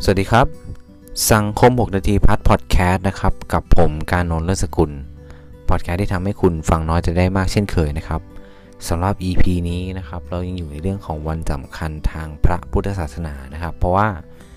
สวัสดีครับสังคม6นาทีพัฒพอดแคสต์นะครับกับผมการนนท์เลิศสกุลพอดแคสต์ที่ทำให้คุณฟังน้อยจะได้มากเช่นเคยนะครับสำหรับ EP นี้นะครับเรายังอยู่ในเรื่องของวันสำคัญทางพระพุทธศาสนานะครับเพราะว่า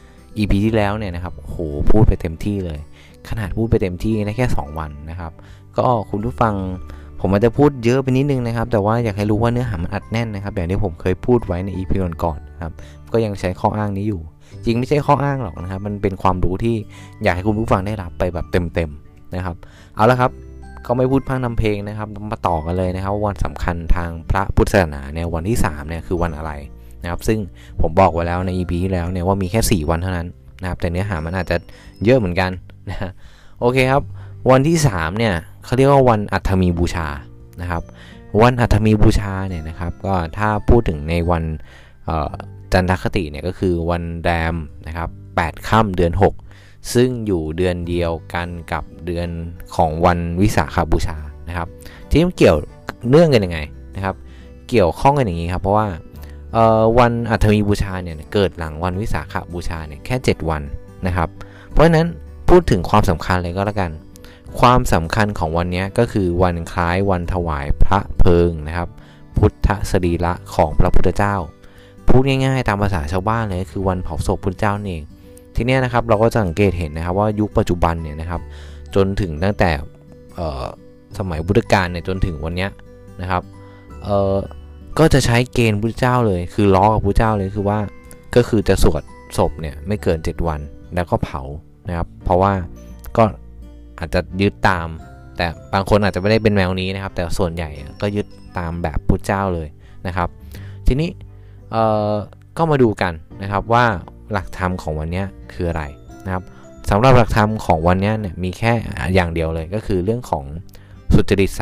EP ที่แล้วเนี่ยนะครับโอ้โหพูดไปเต็มที่เลยขนาดพูดไปเต็มที่ได้แค่2วันนะครับก็คุณผู้ฟังผมอาจจะพูดเยอะไปนิดนึงนะครับแต่ว่าอยากให้รู้ว่าเนื้อหามันอัดแน่นนะครับอย่างที่ผมเคยพูดไว้ใน EP ก่อนๆครับก็ยังใช้ข้ออ้างนี้อยู่จริงไม่ใช่ข้ออ้างหรอกนะครับมันเป็นความรู้ที่อยากให้คุณผู้ฟังได้รับไปแบบเต็มๆนะครับเอาละครับก็ไม่พูดพร่ำนำเพลงนะครับมาต่อกันเลยนะครับวันสำคัญทางพระพุทธศาสนาเนี่ยวันที่3เนี่ยคือวันอะไรนะครับซึ่งผมบอกไว้แล้วใน EP ที่แล้วเนี่ยว่ามีแค่4วันเท่านั้นนะครับแต่เนื้อหามันอาจจะเยอะเหมือนกันนะโอเคครับวันที่3เนี่ยเขาเรียกว่าวันอัฐมีบูชานะครับวันอัฐมีบูชาเนี่ยนะครับก็ถ้าพูดถึงในวันจันทคติเนี่ยก็คือวันแรมนะครับ8ค่ำเดือน6ซึ่งอยู่เดือนเดียวกันกับเดือนของวันวิสาขบูชานะครับที่มันเกี่ยวเนื่องกันยังไงนะครับเกี่ยวข้องกันอย่างนี้ครับเพราะว่าวันอัฐมีบูชาเนี่ยเกิดหลังวันวิสาขบูชาเนี่ยแค่7วันนะครับเพราะฉะนั้นพูดถึงความสำคัญเลยก็แล้วกันความสำคัญของวันนี้ก็คือวันคล้ายวันถวายพระเพลิงนะครับพุทธสรีระของพระพุทธเจ้าพูดง่ายๆตามภาษาชาวบ้านเลยคือวันเผาศพพุทธเจ้าเองทีนี้นะครับเราก็จะสังเกตเห็นนะครับว่ายุคปัจจุบันเนี่ยนะครับจนถึงตั้งแต่สมัยพุทธกาลเนี่ยจนถึงวันนี้นะครับก็จะใช้เกณฑ์พุทธเจ้าเลยคือล้อกับพุทธเจ้าเลยคือว่าก็คือจะสวดศพเนี่ยไม่เกิน7วันแล้วก็เผานะครับเพราะว่าก็อาจจะยึดตามแต่บางคนอาจจะไม่ได้เป็นแนวนี้นะครับแต่ส่วนใหญ่ก็ยึดตามแบบพุทธเจ้าเลยนะครับทีนี้ก็มาดูกันนะครับว่าหลักธรรมของวันนี้คืออะไรนะครับสำหรับหลักธรรมของวันนี้เนี่ยมีแค่อย่างเดียวเลยก็คือเรื่องของสุจริต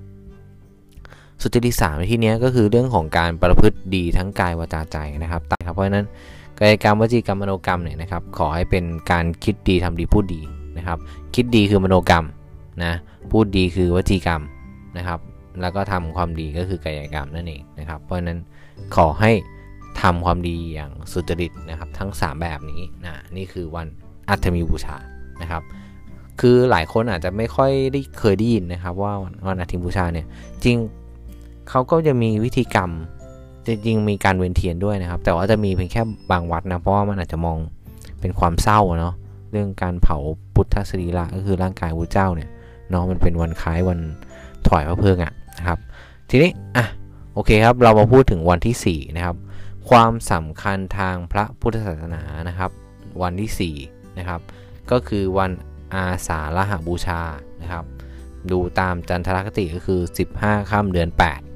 3สุจริต3ในที่นี้ก็คือเรื่องของการประพฤติดีทั้งกายวาจาใจนะครับเพราะฉะนั้นกายกรรมวจีกรรมมโนกรรมเนี่ยนะครับขอให้เป็นการคิดดีทำดีพูดดีนะครับคิดดีคือมโนกรรมนะพูดดีคือวจีกรรมนะครับแล้วก็ทำความดีก็คือกายกรรมนั่นเองนะครับเพราะฉะนั้นขอให้ทำความดีอย่างสุจริตนะครับทั้ง3แบบนี้นะนี่คือวันอัฐมีบูชานะครับคือหลายคนอาจจะไม่ค่อยได้เคยได้ยินนะครับว่าวันอัฐมีบูชาเนี่ยจริงเขาก็จะมีวิธีกรรมจริงๆมีการเวียนเทียนด้วยนะครับแต่ว่าจะมีเพียงแค่บางวัดนะเพราะว่ามันอาจจะมองเป็นความเศร้าเนาะเรื่องการเผาพุทธสรีระก็คือร่างกายพระเจ้าเนี่ยเนาะมันเป็นวันคล้ายวันถวายพระเพลิงนะครับทีนี้โอเคครับเรามาพูดถึงวันที่4นะครับความสำคัญทางพระพุทธศาสนานะครับวันที่4นะครับก็คือวันอาสาฬหบูชานะครับดูตามจันทรคติก็คือ15ค่ำเดือน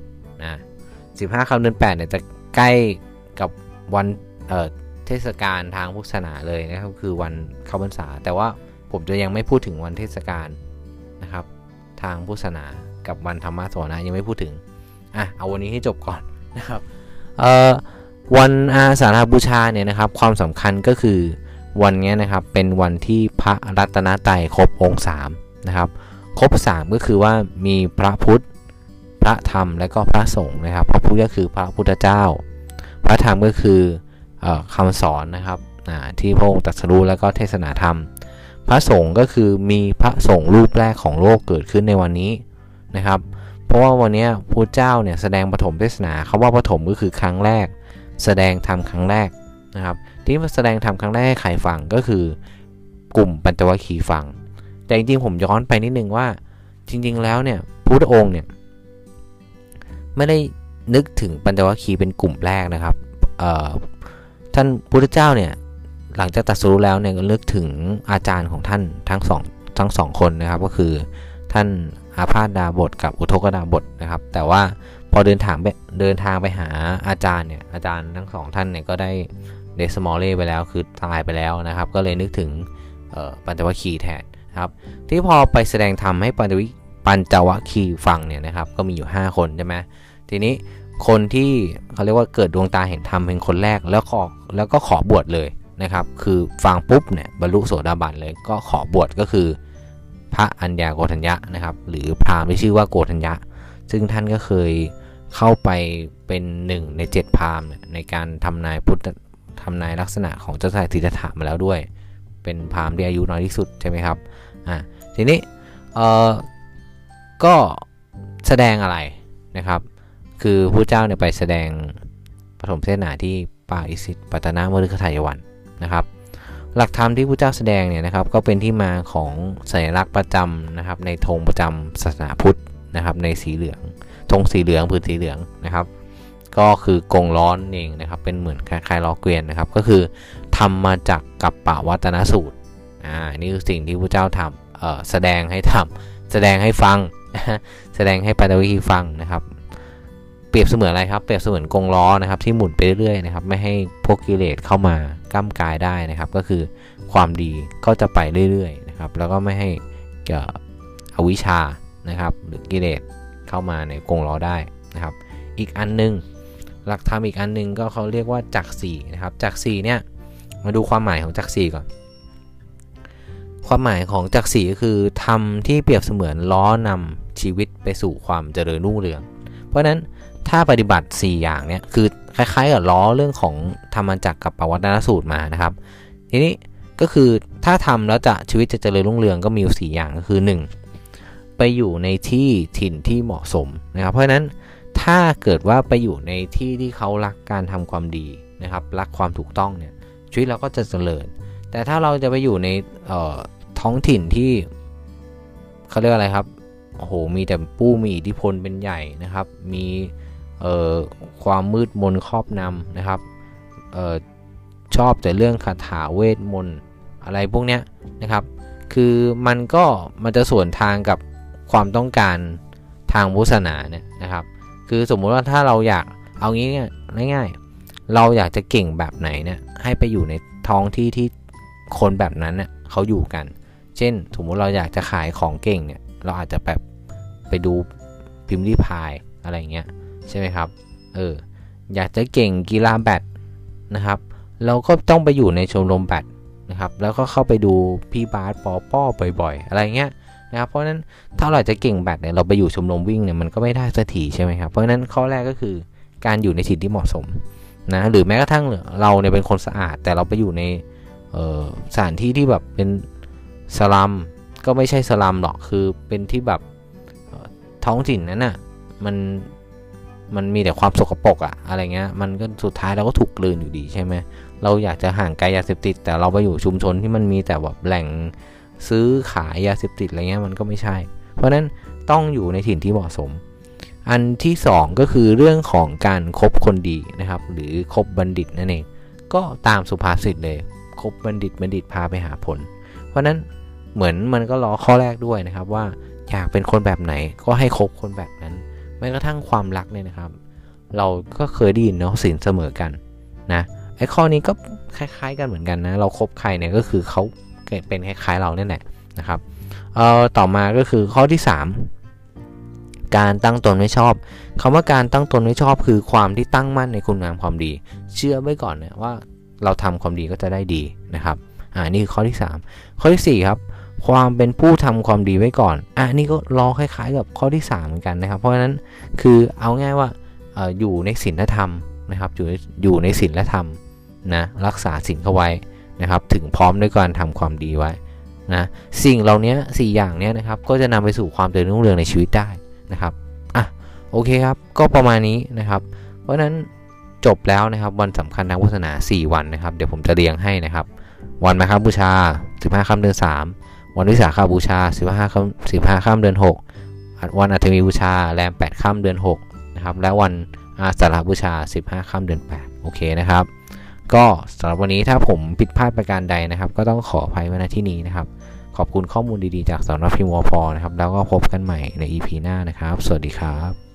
8นะ15ค่ำเดือน8เนี่ยจะใกล้กับวันเทศกาลทางพุทธศาสนาเลยนะครับคือวันเข้าพรรษาแต่ว่าผมจะยังไม่พูดถึงวันเทศกาลนะครับทางพุทธศาสนากับวันธรรมสวนะยังไม่พูดถึงเอาวันนี้ให้จบก่อนนะครับวันอาสาฬหบูชาเนี่ยนะครับความสำคัญก็คือวันนี้นะครับเป็นวันที่พระรัตนตรัยครบองค์3นะครับครบ3ก็คือว่ามีพระพุทธพระธรรมและก็พระสงฆ์นะครับพระพุทธก็คือพระพุทธเจ้าพระธรรมก็คือคำสอนนะครับที่พระองค์ตรัสรู้แล้วก็เทศนาธรรมพระสงฆ์ก็คือมีพระสงฆ์รูปแรกของโลกเกิดขึ้นในวันนี้นะครับเพราะว่าวันนี้พระเจ้าเนี่ยแสดงปฐมเทศนาคำว่าปฐมก็คือครั้งแรกแสดงธรรมครั้งแรกนะครับที่แสดงธรรมครั้งแรกให้ใครฟังก็คือกลุ่มปัญจวัคคีย์ฟังแต่จริงๆผมย้อนไปนิดนึงว่าจริงๆแล้วเนี่ยพระพุทธองค์เนี่ยไม่ได้นึกถึงปัญจวัคคีย์เป็นกลุ่มแรกนะครับท่านพุทธเจ้าเนี่ยหลังจากตรัสรู้แล้วเนี่ยก็นึกถึงอาจารย์ของท่านทั้งสองคนนะครับก็คือท่านอาพาธดาบทกับอุทกดาบทนะครับแต่ว่าพอเดินทางไปหาอาจารย์เนี่ยอาจารย์ทั้ง2ท่านเนี่ยก็ได้เดสมอลเล่ไปแล้วคือตายไปแล้วนะครับก็เลยนึกถึงปัญจวัคคีย์แทนครับที่พอไปแสดงธรรมให้ปัญจวัคคีย์ฟังเนี่ยนะครับก็มีอยู่5คนใช่ไหมทีนี้คนที่เขาเรียกว่าเกิดดวงตาเห็นธรรมเป็นคนแรกแล้วก็ขอบวชเลยนะครับคือฟังปุ๊บเนี่ยบรรลุโสดาบันเลยก็ขอบวชก็คือพระอัญญาโกฏัญญะนะครับหรือพราหมณ์ที่ชื่อว่าโกฏัญญะซึ่งท่านก็เคยเข้าไปเป็น1ใน7พราหมณ์ในการทำนายพุทธำนายลักษณะของเจ้าชายสิทธัตถะมาแล้วด้วยเป็นพราหมณ์ที่อายุน้อยที่สุดใช่ไหมครับทีนี้ก็แสดงอะไรนะครับคือพระเจ้าเนี่ยไปแสดงปฐมเทศนาที่ป่าอิสิปตนมฤคทายวันนะครับหลักธรรมที่พระเจ้าแสดงเนี่ยนะครับก็เป็นที่มาของสัญลักษณ์ประจำนะครับในธงประจำศาสนาพุทธนะครับในสีเหลืองธงสีเหลืองผืนสีเหลืองนะครับก็คือกงล้อเองนะครับเป็นเหมือนคล้ายๆล้อเกวียนนะครับก็คือทำมาจากกัปปวัตนสูตรนี่คือสิ่งที่พระเจ้าทำแสดงให้แสดงให้ฟัง แสดงให้ปัตตวิธีฟังนะครับเปรียบเสมือนอะไรครับเปรียบเสมือนกงล้อนะครับที่หมุนไปเรื่อยๆนะครับไม่ให้พวกกิเลสเข้ามาก้ำกายได้นะครับก็คือความดีก็จะไปเรื่อยๆนะครับแล้วก็ไม่ให้อวิชชานะครับหรือกิเลสเข้ามาในกงล้อได้นะครับอีกอันนึงหลักธรรมอีกอันนึงก็เขาเรียกว่าจักสี่นะครับจักสี่เนี่ยมาดูความหมายของจักสี่ก่อนความหมายของจักสี่ก็คือธรรมที่เปรียบเสมือนล้อนำชีวิตไปสู่ความเจริญรุ่งเรืองเพราะฉะนั้นถ้าปฏิบัติ4อย่างเนี่ยคือคล้ายๆกับล้อเรื่องของธรรมจักรกับปวัตนสูตรมานะครับทีนี้ก็คือถ้าทำแล้วชีวิตจะเจริญรุ่งเรืองก็มีอยู่4อย่างก็คือ1ไปอยู่ในที่ถิ่นที่เหมาะสมนะครับเพราะฉะนั้นถ้าเกิดว่าไปอยู่ในที่ที่เขารักการทำความดีนะครับรักความถูกต้องเนี่ยชีวิตเราก็จะเจริญแต่ถ้าเราจะไปอยู่ในท้องถิ่นที่เขาเรียกอะไรครับโอ้โหมีแต่ผู้มีอิทธิพลเป็นใหญ่นะครับมีความมืดมนครอบนำนะครับชอบแต่เรื่องคาถาเวทมนต์อะไรพวกเนี้ยนะครับคือมันจะสวนทางกับความต้องการทางพุทธศาสนาเนี่ยนะครับคือสมมุติว่าถ้าเราอยากเอางี้ง่ายๆเราอยากจะเก่งแบบไหนเนี่ยให้ไปอยู่ในท้องที่ที่คนแบบนั้นเนี่ยเขาอยู่กันเช่นสมมุติเราอยากจะขายของเก่งเนี่ยเราอาจจะแบบไปดูพิมพ์รีพายอะไรเงี้ยใช่ไหมครับอยากจะเก่งกีฬาแบดนะครับเราก็ต้องไปอยู่ในชมรมแบดนะครับแล้วก็เข้าไปดูพี่บาสป้อบ่อยๆอะไรเงี้ยนะครับเพราะฉะนั้นถ้าเราจะเก่งแบดเนี่ยเราไปอยู่ชมรมวิ่งเนี่ยมันก็ไม่ได้สักทีใช่ไหมครับเพราะฉะนั้นข้อแรกก็คือการอยู่ในถิ่นที่เหมาะสมนะหรือแม้กระทั่งเราเนี่ยเป็นคนสะอาดแต่เราไปอยู่ในสถานที่ที่แบบเป็นสลัมก็ไม่ใช่สลัมหรอกคือเป็นที่แบบท้องถิ่นนั้นน่ะมันมีแต่ความสกปรกอะไรเงี้ยมันก็สุดท้ายเราก็ถูกกลืนอยู่ดีใช่ไหมเราอยากจะห่างไกลยาเสพติดแต่เราไปอยู่ชุมชนที่มันมีแต่แบบแหล่งซื้อขายยาเสพติดอะไรเงี้ยมันก็ไม่ใช่เพราะนั้นต้องอยู่ในถิ่นที่เหมาะสมอันที่2ก็คือเรื่องของการคบคนดีนะครับหรือคบบัณฑิตนั่นเองก็ตามสุภาษิตเลยคบบัณฑิตพาไปหาผลเพราะนั้นเหมือนมันก็ล้อข้อแรกด้วยนะครับว่าอยากเป็นคนแบบไหนก็ให้คบคนแบบนั้นแม้กระทั่งความรักเนี่ยนะครับเราก็เคยได้ยินเนาะสินเสมอกันนะไอ้ข้อนี้ก็คล้ายๆกันเหมือนกันนะเราคบใครเนี่ยก็คือเขาเป็นคล้ายๆเราเนี่ยแหละนะครับต่อมาก็คือข้อที่3การตั้งตนไม่ชอบคำว่าการตั้งตนไม่ชอบคือความที่ตั้งมั่นในคุณงามความดีเชื่อไว้ก่อนเนี่ยว่าเราทำความดีก็จะได้ดีนะครับนี่คือข้อที่3ข้อที่4ครับความเป็นผู้ทำความดีไว้ก่อนนี่ก็ล้อคล้ายๆกับข้อที่3เหมือนกันนะครับเพราะฉะนั้นคือเอาง่ายว่าอยู่ในศีลธรรมนะครับอยู่ในศีลธรรมนะรักษาศีลเข้าไว้นะครับถึงพร้อมด้วยการทำความดีไว้นะสิ่งเหล่านี้4อย่างนี้นะครับก็จะนำไปสู่ความเจริญรุ่งเรืองในชีวิตได้นะครับโอเคครับก็ประมาณนี้นะครับเพราะฉะนั้นจบแล้วนะครับวันสำคัญทางพุทธศาสนา4วันนะครับเดี๋ยวผมจะเรียงให้นะครับวันมาฆบูชา15ค่ำเดือน3วันวิสาขบูชา15ค่ำเดือน6วันอัฐมีบูชาแรม8ค่ำเดือน6นะครับและวันอาสาฬหบูชา15ค่ำเดือน8โอเคนะครับก็สำหรับวันนี้ถ้าผมผิดพลาดประการใดนะครับก็ต้องขออภัยไว้ณที่นี้นะครับขอบคุณข้อมูลดีๆจากสำนักพิมพ์วพ.นะครับแล้วก็พบกันใหม่ใน EP หน้านะครับสวัสดีครับ